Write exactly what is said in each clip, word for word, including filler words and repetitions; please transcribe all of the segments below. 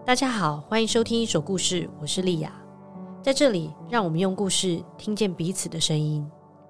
大家好，欢迎收听一首故事，我是丽雅。在这里，让我们用故事听见彼此的声音。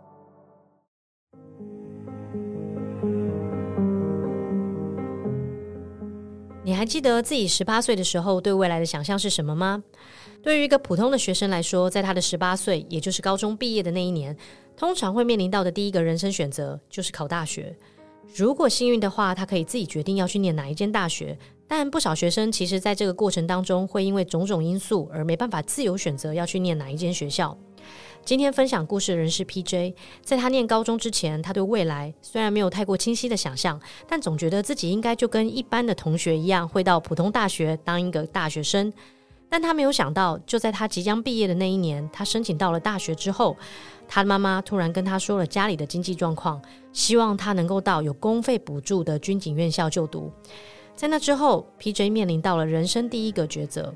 你还记得自己十八岁的时候对未来的想象是什么吗？对于一个普通的学生来说，在他的十八岁，也就是高中毕业的那一年，通常会面临到的第一个人生选择就是考大学。如果幸运的话，他可以自己决定要去念哪一间大学，但不少学生其实在这个过程当中会因为种种因素而没办法自由选择要去念哪一间学校。今天分享故事的人是 P J， 在他念高中之前，他对未来虽然没有太过清晰的想象，但总觉得自己应该就跟一般的同学一样会到普通大学当一个大学生。但他没有想到，就在他即将毕业的那一年，他申请到了大学之后，他的妈妈突然跟他说了家里的经济状况，希望他能够到有公费补助的军警院校就读。在那之后 P J 面临到了人生第一个抉择。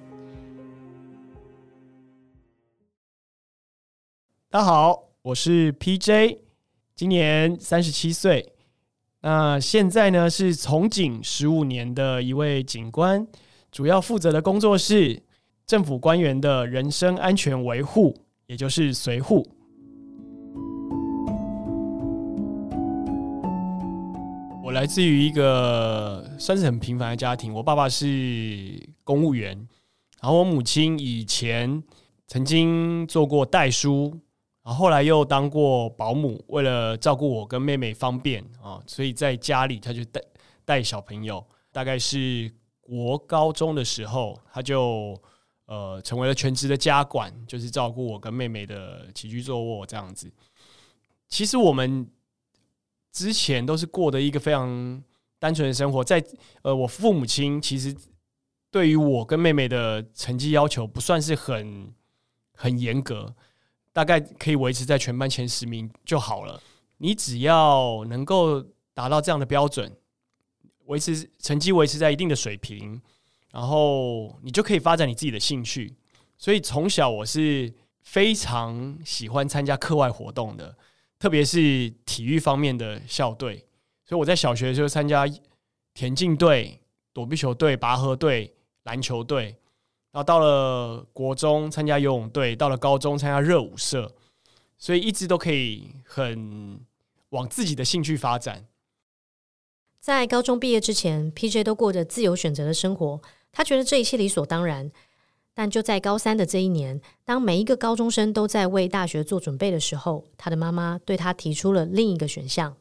大家好，我是 P J， 今年三十七岁，那现在呢是从警十五年的一位警官，主要负责的工作是政府官员的人身安全维护，也就是随护。我来自于一个算是很平凡的家庭，我爸爸是公务员，然后我母亲以前曾经做过代书，然后后来又当过保姆，为了照顾我跟妹妹方便，所以在家里他就 带, 带小朋友，大概是国高中的时候他就呃成为了全职的家管，就是照顾我跟妹妹的起居坐卧这样子。其实我们之前都是过的一个非常单纯的生活，在呃我父母亲其实对于我跟妹妹的成绩要求不算是很很严格，大概可以维持在全班前十名就好了。你只要能够达到这样的标准，维持成绩维持在一定的水平，然后你就可以发展你自己的兴趣。所以从小我是非常喜欢参加课外活动的，特别是体育方面的校队。所以我在小学的时候参加田径队、躲避球队、拔河队、篮球队，然后到了国中参加游泳队，到了高中参加热舞社，所以一直都可以很往自己的兴趣发展。 在高中毕业之前 P J 都过着自由选择的生活，他觉得这一切理所当然。但就在高三的这一年，当每一个高中生都在为大学做准备的时候，他的妈妈对他提出了另一个选项。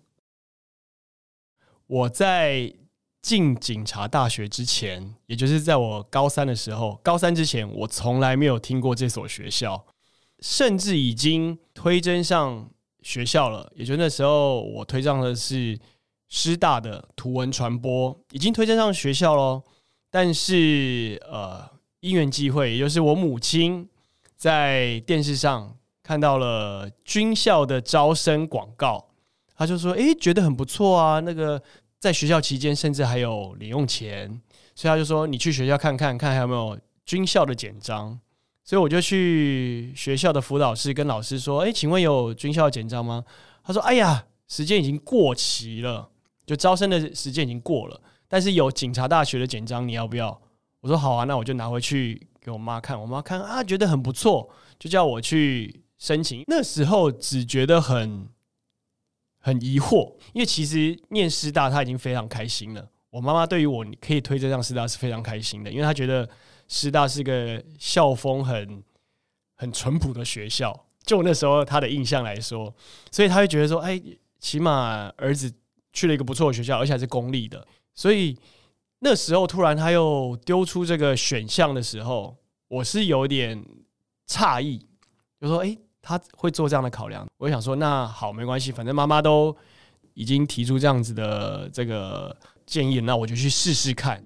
我在进警察大学之前，也就是在我高三的时候，高三之前我从来没有听过这所学校，甚至已经推甄上学校了。也就那时候我推上的是师大的图文传播，已经推甄上学校咯。但是呃，因缘际会，也就是我母亲在电视上看到了军校的招生广告，她就说诶觉得很不错啊，那个在学校期间甚至还有零用钱，所以她就说你去学校看看看还有没有军校的简章。所以我就去学校的辅导室跟老师说，诶请问有军校的简章吗？他说哎呀时间已经过期了，就招生的时间已经过了，但是有警察大学的简章，你要不要？我说好啊，那我就拿回去给我妈看。我妈看啊，觉得很不错，就叫我去申请。那时候只觉得很很疑惑，因为其实念师大她已经非常开心了。我妈妈对于我可以推荐上师大是非常开心的，因为她觉得师大是个校风很很淳朴的学校，就那时候她的印象来说，所以她会觉得说，哎，起码儿子去了一个不错的学校，而且还是公立的。所以那时候突然他又丢出这个选项的时候，我是有点诧异，就说诶他会做这样的考量。我就想说那好没关系，反正妈妈都已经提出这样子的这个建议，那我就去试试看。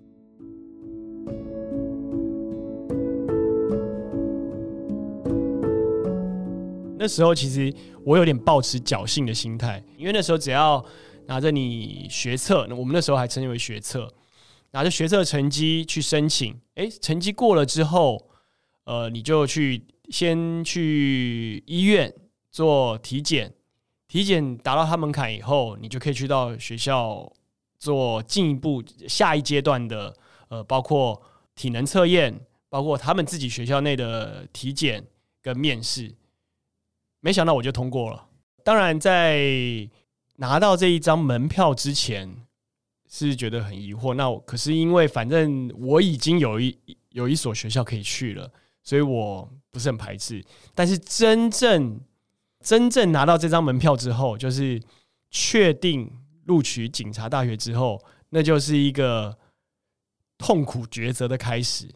那时候其实我有点抱持侥幸的心态，因为那时候只要拿着你学测，我们那时候还称为学测，拿着学测成绩去申请，诶成绩过了之后，呃，你就去先去医院做体检，体检达到他门槛以后，你就可以去到学校做进一步下一阶段的，呃，包括体能测验，包括他们自己学校内的体检跟面试，没想到我就通过了。当然在拿到这一张门票之前是觉得很疑惑，那我可是因为反正我已经有一有一所学校可以去了，所以我不是很排斥。但是真正真正拿到这张门票之后，就是确定录取警察大学之后，那就是一个痛苦抉择的开始。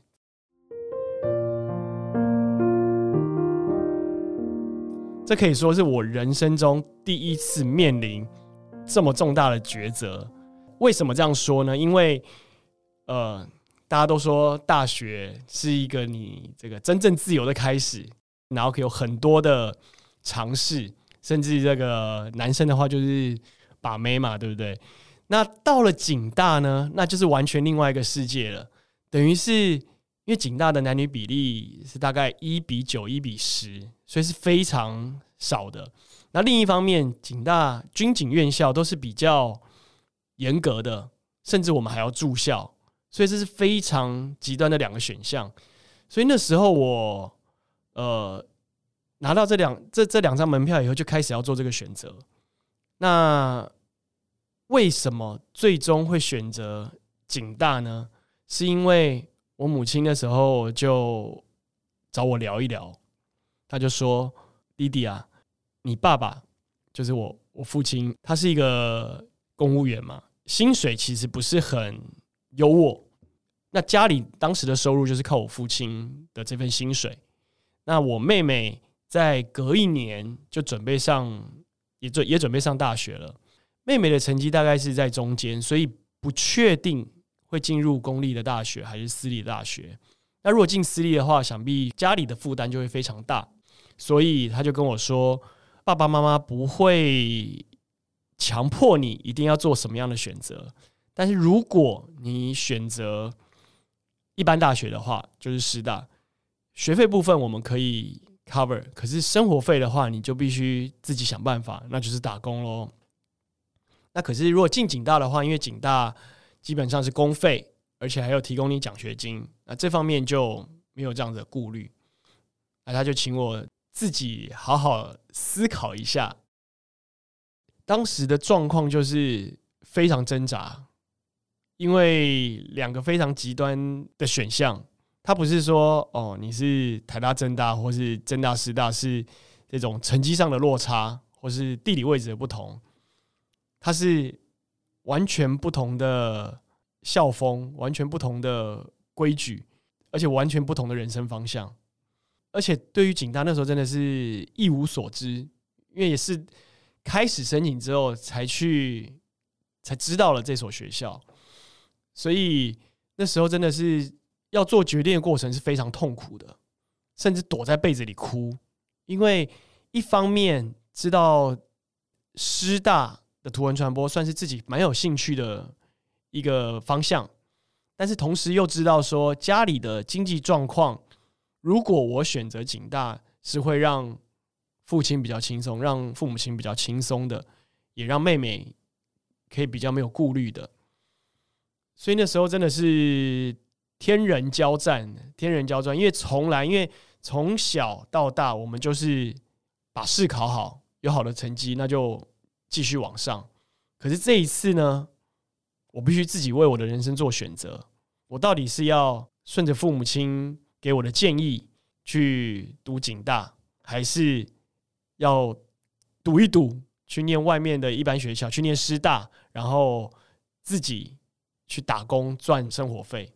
这可以说是我人生中第一次面临这么重大的抉择。为什么这样说呢？因为呃，大家都说大学是一个你这个真正自由的开始，然后可以有很多的尝试，甚至这个男生的话就是把妹嘛，对不对？那到了警大呢，那就是完全另外一个世界了。等于是因为警大的男女比例是大概一比九、一比十，所以是非常少的。那另一方面，警大军警院校都是比较严格的，甚至我们还要住校，所以这是非常极端的两个选项。所以那时候我呃拿到这两这这两张门票以后，就开始要做这个选择。那为什么最终会选择警大呢？是因为我母亲那时候就找我聊一聊，她就说：“弟弟啊，你爸爸就是我我父亲，他是一个公务员嘛，薪水其实不是很优渥。那家里当时的收入就是靠我父亲的这份薪水。那我妹妹在隔一年就准备上，也准也准备上大学了。妹妹的成绩大概是在中间，所以不确定会进入公立的大学还是私立的大学。那如果进私立的话，想必家里的负担就会非常大。所以他就跟我说，爸爸妈妈不会强迫你一定要做什么样的选择，但是如果你选择一般大学的话，就是师大，学费部分我们可以 cover， 可是生活费的话，你就必须自己想办法，那就是打工咯。那可是如果进警大的话，因为警大基本上是公费，而且还有提供你奖学金，那这方面就没有这样的顾虑。那他就请我自己好好思考一下。当时的状况就是非常挣扎，因为两个非常极端的选项，它不是说哦你是台大、政大或是政大、师大是这种成绩上的落差，或是地理位置的不同，它是完全不同的校风，完全不同的规矩，而且完全不同的人生方向。而且对于警大那时候真的是一无所知，因为也是开始申请之后才去才知道了这所学校，所以那时候真的是要做决定的过程是非常痛苦的，甚至躲在被子里哭。因为一方面知道师大的图文传播算是自己蛮有兴趣的一个方向，但是同时又知道说家里的经济状况，如果我选择警大是会让父亲比较轻松，让父母亲比较轻松的，也让妹妹可以比较没有顾虑的。所以那时候真的是天人交战，天人交战。因为从来，因为从小到大，我们就是把试考好，有好的成绩，那就继续往上。可是这一次呢，我必须自己为我的人生做选择。我到底是要顺着父母亲给我的建议去读警大，还是要赌一赌，去念外面的一般学校，去念师大，然后自己去打工赚生活费？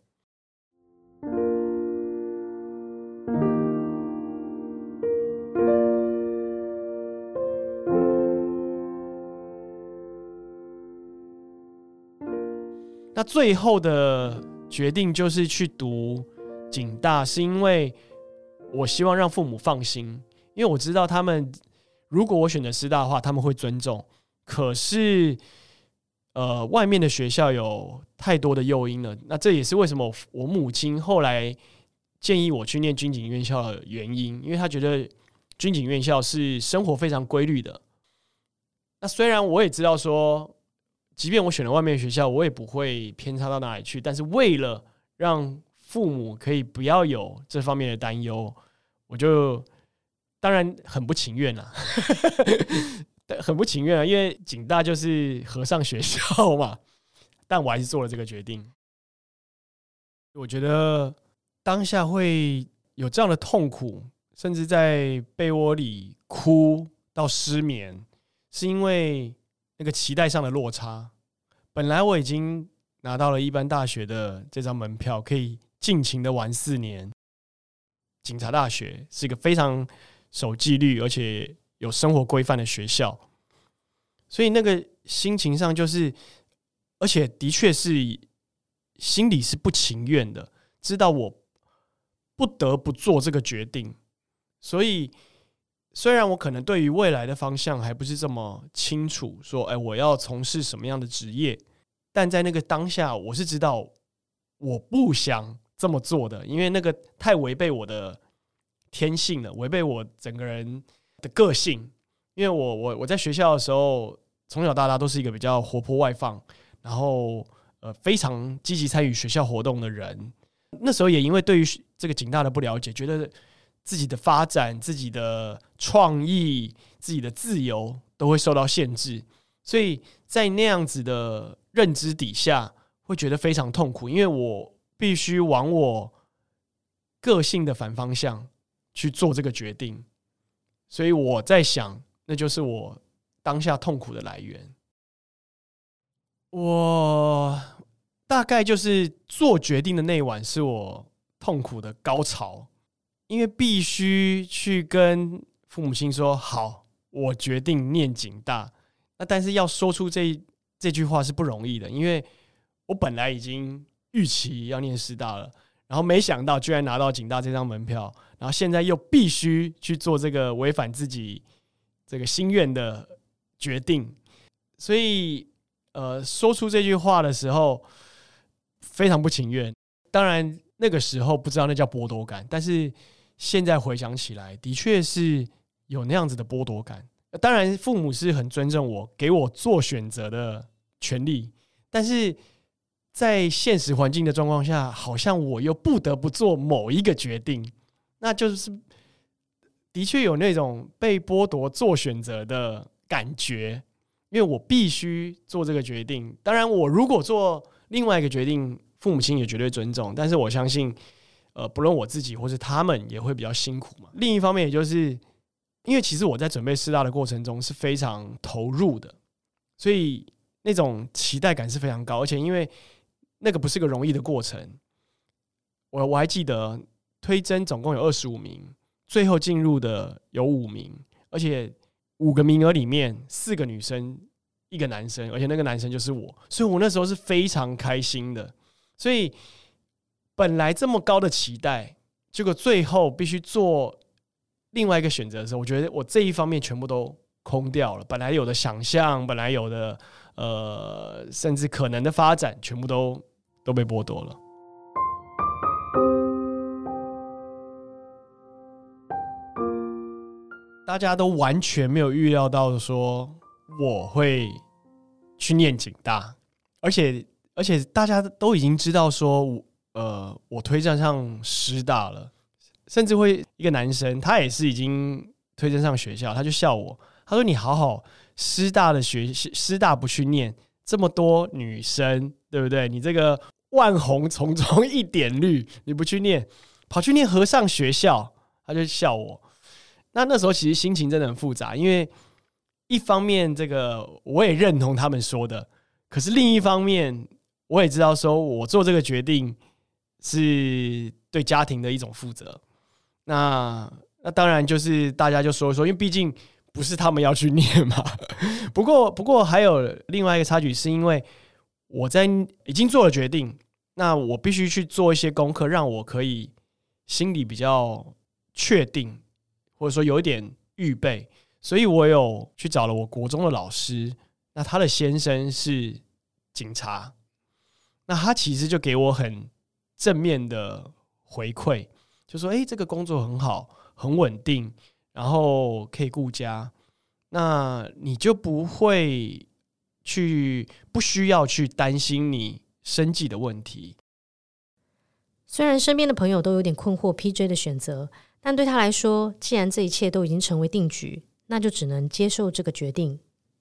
那最后的决定就是去读警大，是因为我希望让父母放心，因为我知道他们如果我选择师大的话，他们会尊重。可是，呃，外面的学校有太多的诱因了，那这也是为什么我母亲后来建议我去念军警院校的原因，因为她觉得军警院校是生活非常规律的。那虽然我也知道说，即便我选了外面的学校，我也不会偏差到哪里去，但是为了让父母可以不要有这方面的担忧，我就当然很不情愿啦很不情愿啊，因为警大就是和尚学校嘛，但我还是做了这个决定。我觉得当下会有这样的痛苦，甚至在被窝里哭到失眠，是因为那个期待上的落差。本来我已经拿到了一般大学的这张门票，可以尽情的玩四年。警察大学是一个非常守纪律而且有生活规范的学校，所以那个心情上就是，而且的确是心里是不情愿的，知道我不得不做这个决定。所以虽然我可能对于未来的方向还不是这么清楚，说哎，我要从事什么样的职业，但在那个当下我是知道我不想这么做的，因为那个太违背我的天性了，违背我整个人的个性。因为我我我在学校的时候，从小到大都是一个比较活泼外放，然后呃非常积极参与学校活动的人。那时候也因为对于这个警大的不了解，觉得自己的发展、自己的创意、自己的自由都会受到限制，所以在那样子的认知底下，会觉得非常痛苦，因为我必须往我个性的反方向去做这个决定。所以我在想，那就是我当下痛苦的来源。我大概就是做决定的那一晚是我痛苦的高潮，因为必须去跟父母亲说好，我决定念警大。那但是要说出这这句话是不容易的，因为我本来已经预期要念师大了，然后没想到居然拿到警大这张门票，然后现在又必须去做这个违反自己这个心愿的决定。所以呃，说出这句话的时候非常不情愿。当然那个时候不知道那叫剥夺感，但是现在回想起来的确是有那样子的剥夺感。当然父母是很尊重我，给我做选择的权利，但是在现实环境的状况下，好像我又不得不做某一个决定，那就是的确有那种被剥夺做选择的感觉，因为我必须做这个决定。当然我如果做另外一个决定，父母亲也绝对尊重，但是我相信呃，不论我自己或是他们也会比较辛苦嘛。另一方面也就是因为其实我在准备师大的过程中是非常投入的，所以那种期待感是非常高，而且因为那个不是个容易的过程。我我还记得推甄总共有二十五名，最后进入的有五名，而且五个名额里面四个女生一个男生，而且那个男生就是我，所以我那时候是非常开心的。所以本来这么高的期待，结果最后必须做另外一个选择的时候，我觉得我这一方面全部都空掉了。本来有的想象，本来有的呃，甚至可能的发展，全部都都被剥夺了。大家都完全没有预料到说我会去念警大，而且而且大家都已经知道说，呃，我推荐上师大了，甚至会一个男生，他也是已经推荐上学校，他就笑我，他说：“你好好师大的学师大不去念，这么多女生，对不对？你这个万红丛中一点绿，你不去念，跑去念和尚学校。”他就笑我。那那时候其实心情真的很复杂，因为一方面这个我也认同他们说的，可是另一方面我也知道说我做这个决定是对家庭的一种负责。那那当然就是大家就说一说，因为毕竟不是他们要去念嘛。不过不过还有另外一个差距，是因为我在已经做了决定，那我必须去做一些功课，让我可以心里比较确定，或者说有一点预备。所以我有去找了我国中的老师，那他的先生是警察，那他其实就给我很正面的回馈，就说：“哎、欸，这个工作很好，很稳定，然后可以顾家，那你就不会去不需要去担心你生计的问题。” 虽然身边的朋友都有点困惑 P J 的选择，但对他来说，既然这一切都已经成为定局，那就只能接受这个决定。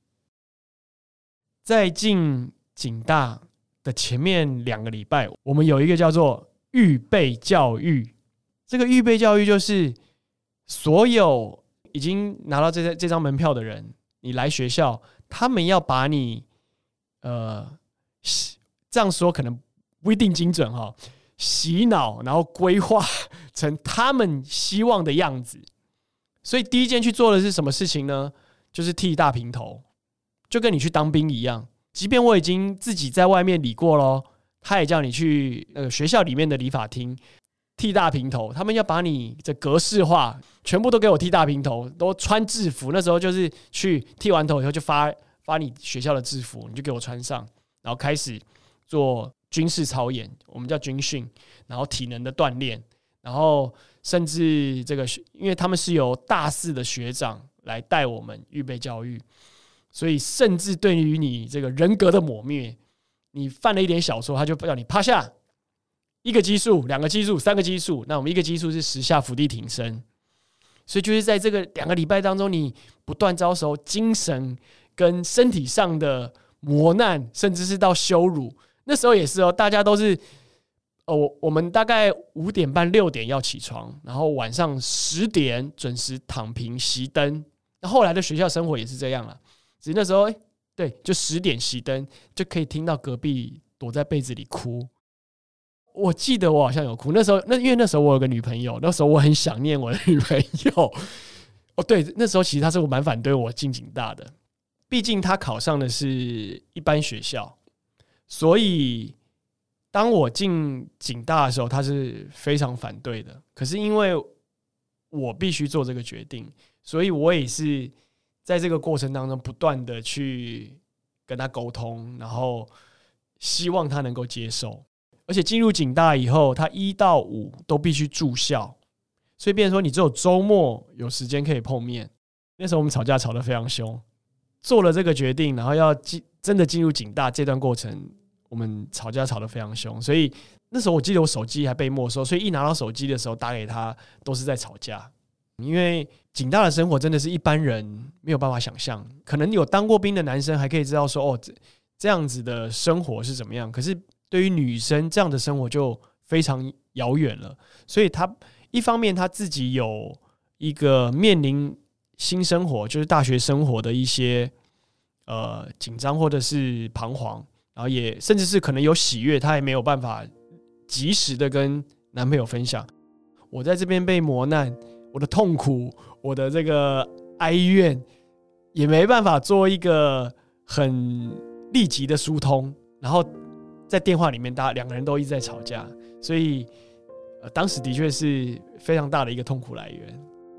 在进警大的前面两个礼拜，我们有一个叫做预备教育。这个预备教育就是所有已经拿到 这, 这张门票的人，你来学校，他们要把你呃这样说可能不一定精准哈，洗脑，然后规划成他们希望的样子。所以第一件去做的是什么事情呢？就是剃大平头，就跟你去当兵一样。即便我已经自己在外面理过咯，他也叫你去呃学校里面的理发厅剃大平头。他们要把你这格式化，全部都给我剃大平头，都穿制服。那时候就是去剃完头以后就发发你学校的制服，你就给我穿上，然后开始做军事操演，我们叫军训，然后体能的锻炼，然后甚至这个，因为他们是由大四的学长来带我们预备教育，所以甚至对于你这个人格的抹灭，你犯了一点小错，他就叫你趴下，一个基数、两个基数、三个基数，那我们一个基数是十下伏地挺身。所以就是在这个两个礼拜当中，你不断遭受精神跟身体上的磨难，甚至是到羞辱。那时候也是哦，大家都是，哦，我们大概五点半、六点要起床，然后晚上十点准时躺平熄灯。那后来的学校生活也是这样了，只是那时候，欸，对，就十点熄灯，就可以听到隔壁躲在被子里哭。我记得我好像有哭，那时候那因为那时候我有个女朋友，那时候我很想念我的女朋友。哦，对，那时候其实她是我蛮反对我进警大的，毕竟她考上的是一般学校，所以当我进警大的时候，她是非常反对的。可是因为我必须做这个决定，所以我也是在这个过程当中不断的去跟她沟通，然后希望她能够接受。而且进入警大以后，他一到五都必须住校，所以变成说你只有周末有时间可以碰面。那时候我们吵架吵得非常凶，做了这个决定，然后要真的进入警大这段过程，我们吵架吵得非常凶。所以那时候我记得我手机还被没收，所以一拿到手机的时候打给他都是在吵架。因为警大的生活真的是一般人没有办法想象，可能有当过兵的男生还可以知道说，哦，这样子的生活是怎么样，可是对于女生这样的生活就非常遥远了。所以她一方面她自己有一个面临新生活，就是大学生活的一些呃紧张或者是彷徨，然后也甚至是可能有喜悦，她也没有办法及时的跟男朋友分享。我在这边被磨难，我的痛苦，我的这个哀怨，也没办法做一个很立即的疏通，然后在电话里面，大家两个人都一直在吵架，所以、呃、当时的确是非常大的一个痛苦来源。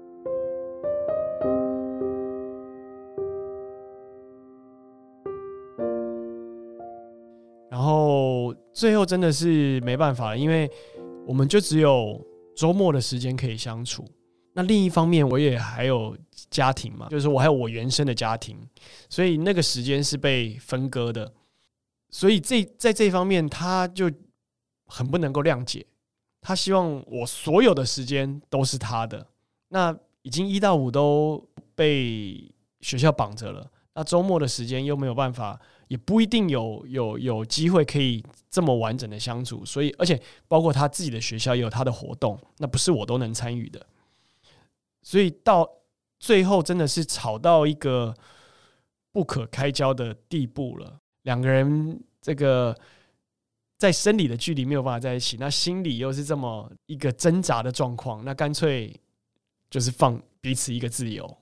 然后最后真的是没办法了，因为我们就只有周末的时间可以相处。那另一方面，我也还有家庭嘛，就是我还有我原生的家庭，所以那个时间是被分割的。所以这在这方面，他就很不能够谅解。他希望我所有的时间都是他的。那已经一到五都被学校绑着了，那周末的时间又没有办法，也不一定有有有机会可以这么完整的相处。所以，而且包括他自己的学校也有他的活动，那不是我都能参与的。所以到最后真的是吵到一个不可开交的地步了。两个人这个在生理的距离没有办法在一起，那心理又是这么一个挣扎的状况，那干脆就是放彼此一个自由。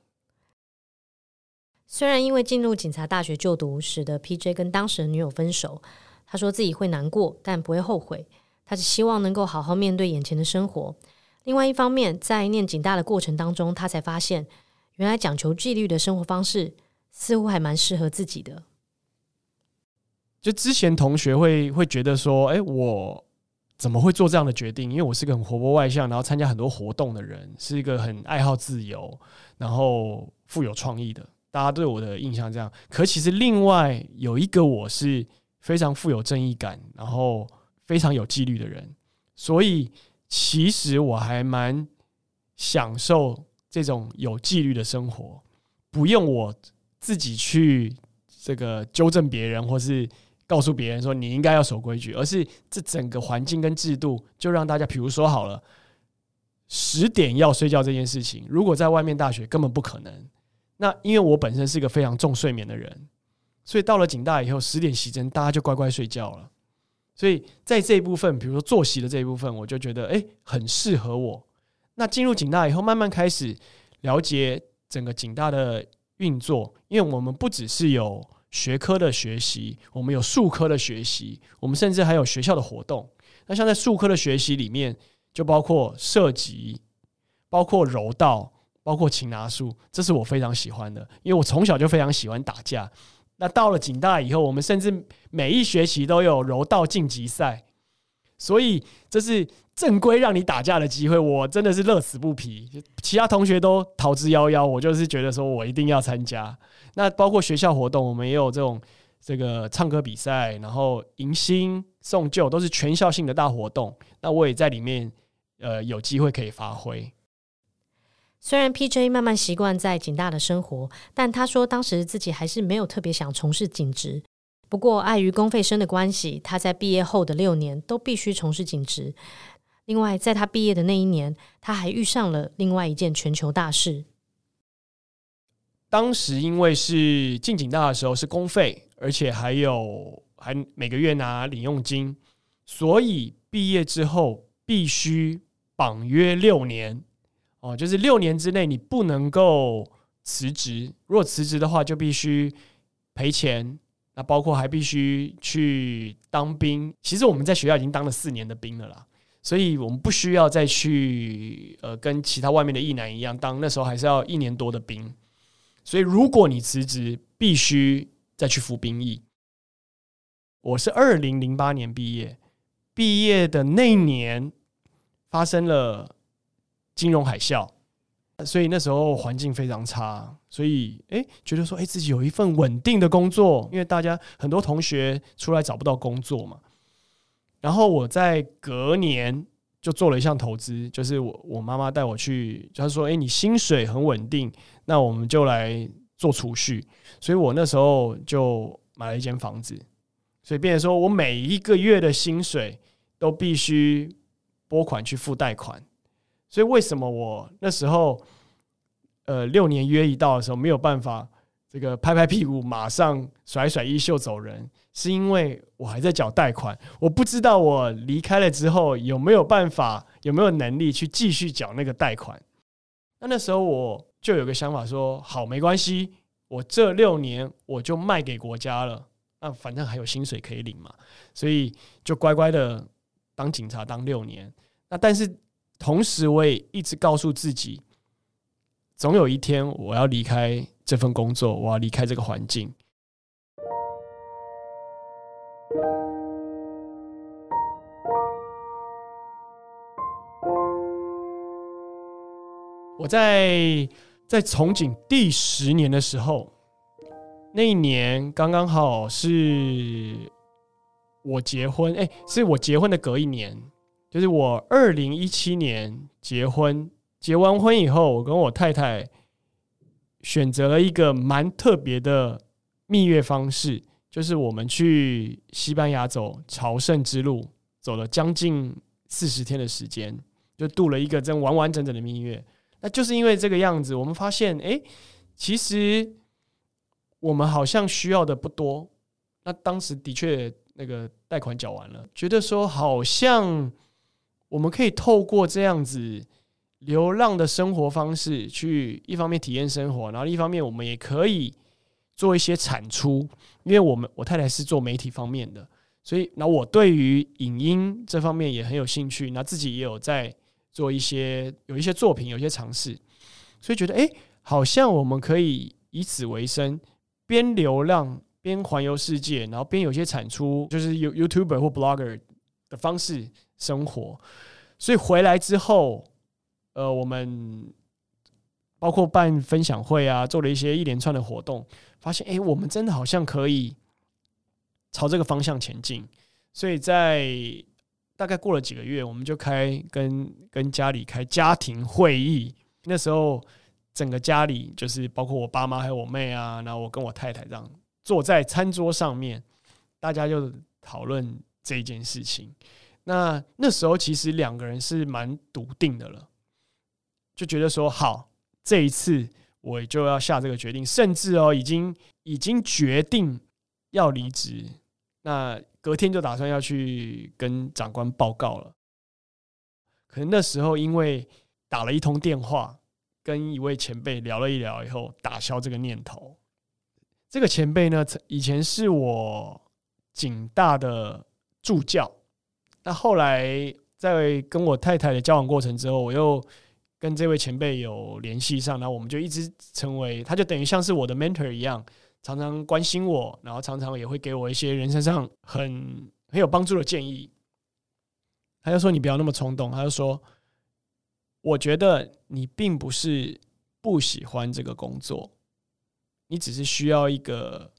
虽然因为进入警察大学就读，使得 P J 跟当时的女友分手，他说自己会难过，但不会后悔。他只希望能够好好面对眼前的生活。另外一方面，在念警大的过程当中，他才发现原来讲求纪律的生活方式似乎还蛮适合自己的。 就之前同学会会觉得说，哎、欸，我怎么会做这样的决定？因为我是个很活泼外向，然后参加很多活动的人，是一个很爱好自由，然后富有创意的。大家对我的印象这样。可其实另外有一个我是非常富有正义感，然后非常有纪律的人。 所以其实我还蛮享受这种有纪律的生活，不用我自己去这个纠正别人，或是告诉别人说你应该要守规矩，而是这整个环境跟制度就让大家，比如说好了，十点要睡觉这件事情，如果在外面大学根本不可能。那因为我本身是一个非常重睡眠的人，所以到了警大以后，十点熄灯，大家就乖乖睡觉了。所以在这一部分，比如说作息的这一部分，我就觉得哎、欸，很适合我。那进入警大以后，慢慢开始了解整个警大的运作，因为我们不只是有学科的学习，我们有术科的学习，我们甚至还有学校的活动。那像在术科的学习里面，就包括射击，包括柔道，包括擒拿术，这是我非常喜欢的，因为我从小就非常喜欢打架。那到了警大以后，我们甚至每一学期都有柔道晋级赛，所以这是正规让你打架的机会，我真的是乐此不疲。其他同学都逃之夭夭，我就是觉得说我一定要参加。那包括学校活动，我们也有这种这个唱歌比赛，然后迎新送旧，都是全校性的大活动。那我也在里面呃有机会可以发挥。 虽然 P J 慢慢习惯在警大的生活，但他说当时自己还是没有特别想从事警职。不过碍于公费生的关系，他在毕业后的六年都必须从事警职。另外在他毕业的那一年，他还遇上了另外一件全球大事。 当时因为是进警大的时候是公费，而且还有还每个月拿领用金，所以毕业之后必须绑约六年。哦，就是六年之内你不能够辞职，如果辞职的话就必须赔钱，那包括还必须去当兵。其实我们在学校已经当了四年的兵了啦，所以我们不需要再去呃跟其他外面的役男一样当，那时候还是要一年多的兵。所以如果你辞职，必须再去服兵役。我是二零零八年毕业，毕业的那年发生了金融海啸，所以那时候环境非常差，所以哎，觉得说哎自己有一份稳定的工作，因为大家很多同学出来找不到工作嘛。然后我在隔年就做了一项投资，就是我我妈妈带我去，她说哎你薪水很稳定，那我们就来做储蓄，所以我那时候就买了一间房子，所以变成说我每一个月的薪水都必须拨款去付贷款。所以为什么我那时候呃六年约一到的时候没有办法这个拍拍屁股马上甩甩衣袖走人，是因为我还在缴贷款，我不知道我离开了之后有没有办法有没有能力去继续缴那个贷款。那那时候我就有个想法说，好没关系，我这六年我就卖给国家了，那反正还有薪水可以领嘛，所以就乖乖的当警察当六年。那但是同时我也一直告诉自己，总有一天我要离开这份工作，我要离开这个环境。我在在从警第十年的时候，那一年刚刚好是我结婚，哎、欸，是我结婚的隔一年。就是我二零一七年结婚，结完婚以后，我跟我太太选择了一个蛮特别的蜜月方式，就是我们去西班牙走朝圣之路，走了将近四十天的时间，就度了一个真完完整整的蜜月。那就是因为这个样子，我们发现，哎、欸，其实我们好像需要的不多。那当时的确那个贷款缴完了，觉得说好像我们可以透过这样子流浪的生活方式去一方面体验生活，然后一方面我们也可以做一些产出，因为我们我太太是做媒体方面的，所以那我对于影音这方面也很有兴趣，那自己也有在做一些有一些作品，有一些尝试，所以觉得哎，好像我们可以以此为生，边流浪边环游世界，然后边有些产出，就是 YouTuber 或 Blogger 的方式生活。所以回来之后，呃，我们包括办分享会啊，做了一些一连串的活动，发现哎，我们真的好像可以朝这个方向前进。所以在大概过了几个月，我们就开跟跟家里开家庭会议。那时候整个家里就是包括我爸妈还有我妹啊，然后我跟我太太这样坐在餐桌上面，大家就讨论这一件事情。那那时候其实两个人是蛮笃定的了，就觉得说好，这一次我就要下这个决定，甚至哦已经已经决定要离职。那隔天就打算要去跟长官报告了。可能那时候因为打了一通电话，跟一位前辈聊了一聊以后，打消这个念头。这个前辈呢，以前是我警大的助教。那后来在跟我太太的交往过程之后，我又跟这位前辈有联系上，然后我们就一直成为，他就等于像是我的 mentor 一样，常常关心我，然后常常也会给我一些人生上很很有帮助的建议。他就说你不要那么冲动，他就说我觉得你并不是不喜欢这个工作，你只是需要一个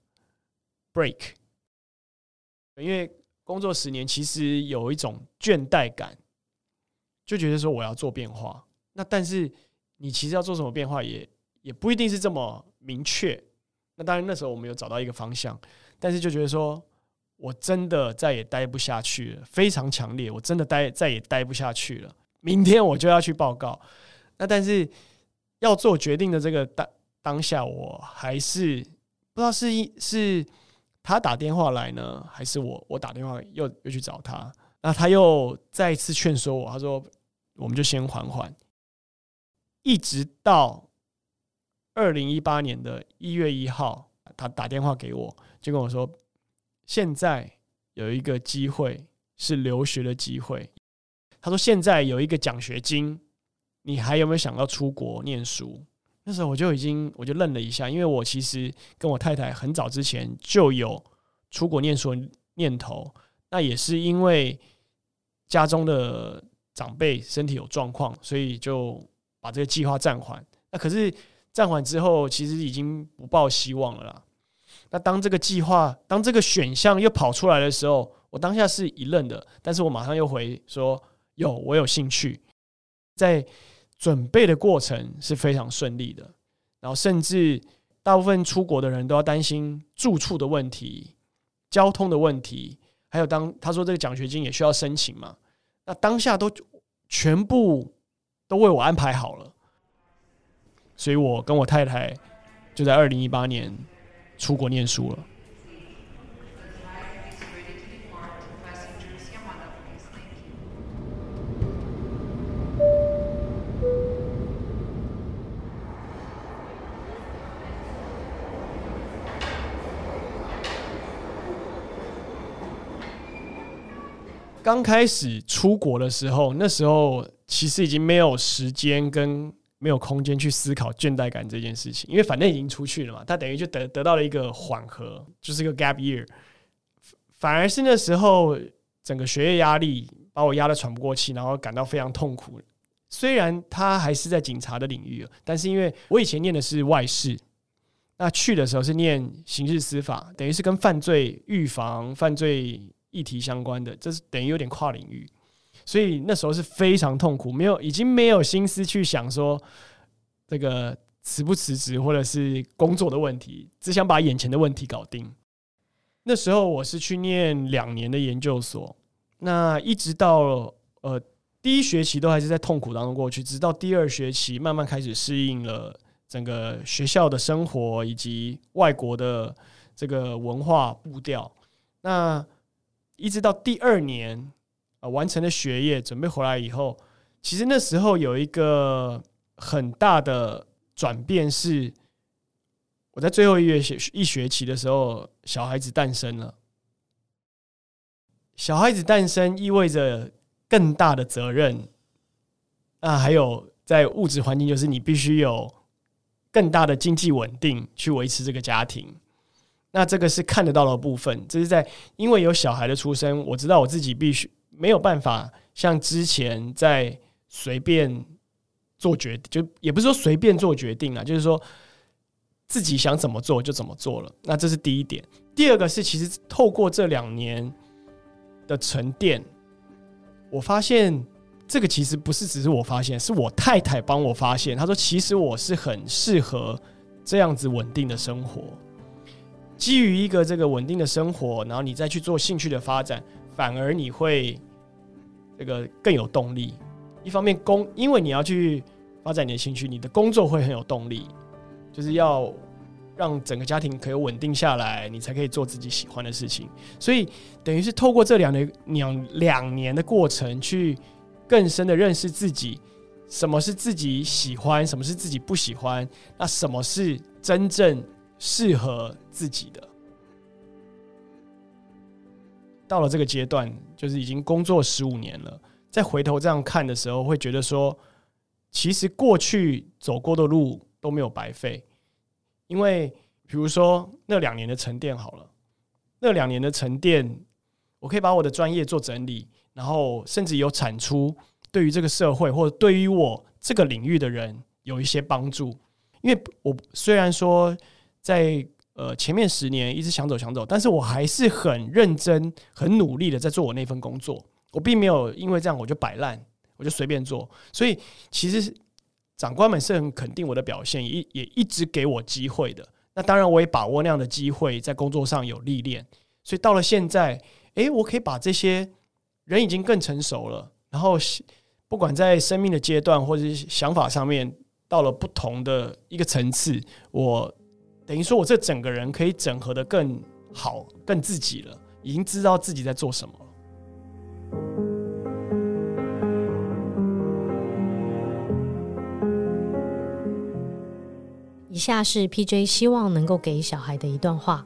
break。 因为工作十年其实有一种倦怠感，就觉得说我要做变化，那但是你其实要做什么变化也也不一定是这么明确。那当然那时候我们有找到一个方向，但是就觉得说我真的再也待不下去了，非常强烈，我真的待再也待不下去了，明天我就要去报告。那但是要做决定的这个当当下，我还是不知道是是他打电话来呢，还是我我打电话又又去找他。那他又再一次劝说我，他说我们就先缓缓，一直到二零一八年的一月一号，他打电话给我，就跟我说现在有一个机会是留学的机会。他说现在有一个奖学金，你还有没有想要出国念书？那时候我就已经我就愣了一下，因为我其实跟我太太很早之前就有出国念书的念头，那也是因为家中的长辈身体有状况，所以就把这个计划暂缓。那可是暂缓之后，其实已经不抱希望了啦。那当这个计划，当这个选项又跑出来的时候，我当下是一愣的，但是我马上又回说有，我有兴趣。在准备的过程是非常顺利的，然后甚至大部分出国的人都要担心住处的问题、交通的问题，还有当他说这个奖学金也需要申请嘛，那当下都全部都为我安排好了，所以我跟我太太就在二零一八年出国念书了。刚开始出国的时候，那时候其实已经没有时间跟没有空间去思考倦怠感这件事情，因为反正已经出去了嘛，他等于就 得, 得到了一个缓和，就是一个 gap year。 反而是那时候整个学业压力把我压得喘不过气，然后感到非常痛苦。虽然他还是在警察的领域，但是因为我以前念的是外事，那去的时候是念刑事司法，等于是跟犯罪预防、犯罪议题相关的，这是等于有点跨领域，所以那时候是非常痛苦，没有已经没有心思去想说这个辞不辞职或者是工作的问题，只想把眼前的问题搞定。那时候我是去念两年的研究所，那一直到呃第一学期都还是在痛苦当中过去，直到第二学期慢慢开始适应了整个学校的生活以及外国的这个文化步调。那一直到第二年、呃、完成了学业准备回来以后，其实那时候有一个很大的转变，是我在最后一学一学期的时候，小孩子诞生了。小孩子诞生意味着更大的责任啊，还有在物质环境，就是你必须有更大的经济稳定去维持这个家庭。那这个是看得到的部分，这是在因为有小孩的出生，我知道我自己必须没有办法像之前在随便做决定，就也不是说随便做决定啦，就是说自己想怎么做就怎么做了。那这是第一点。第二个是，其实透过这两年的沉淀， 我发现这个其实不是只是我发现，是我太太帮我发现。她说其实我是很适合这样子稳定的生活，基于一个这个稳定的生活，然后你再去做兴趣的发展，反而你会这个更有动力。一方面工，因为你要去发展你的兴趣，你的工作会很有动力，就是要让整个家庭可以稳定下来，你才可以做自己喜欢的事情。所以等于是透过这两年两两年的过程，去更深的认识自己，什么是自己喜欢，什么是自己不喜欢，那什么是真正适合自己的。到了这个阶段，就是已经工作十五年了，再回头这样看的时候，会觉得说，其实过去走过的路都没有白费。因为比如说那两年的沉淀好了，那两年的沉淀，我可以把我的专业做整理，然后甚至有产出，对于这个社会或者对于我这个领域的人有一些帮助。因为我虽然说在呃前面十年一直想走想走，但是我还是很认真、很努力的在做我那份工作。我并没有因为这样我就摆烂，我就随便做。所以其实长官们是很肯定我的表现，也也一直给我机会的。那当然我也把握那样的机会，在工作上有历练。所以到了现在，诶，我可以把这些人已经更成熟了，然后不管在生命的阶段或者是想法上面到了不同的一个层次，我等于说我这整个人可以整合得更好更自己了，已经知道自己在做什么了。 以下是 P J 希望能够给小孩的一段话。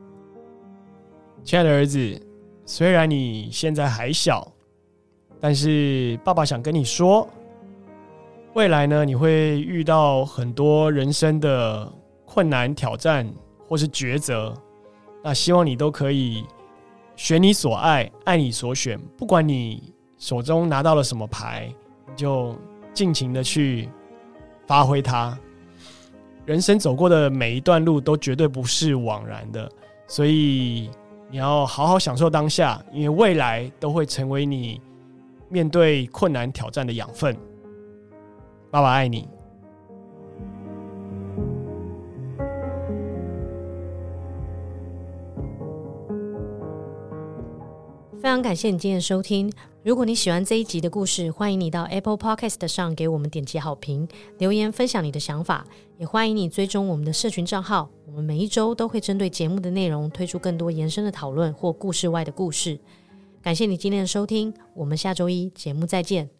亲爱的儿子，虽然你现在还小，但是爸爸想跟你说，未来呢，你会遇到很多人生的困难挑战或是抉择，那希望你都可以选你所爱，爱你所选。不管你手中拿到了什么牌，你就尽情的去发挥它。人生走过的每一段路都绝对不是枉然的，所以你要好好享受当下，因为未来都会成为你面对困难挑战的养分。爸爸爱你。 非常感谢你今天的收听。如果你喜欢这一集的故事，欢迎你到 Apple Podcast 上给我们点击好评，留言分享你的想法，也欢迎你追踪我们的社群账号。我们每一周都会针对节目的内容推出更多延伸的讨论或故事外的故事。感谢你今天的收听，我们下周一节目再见。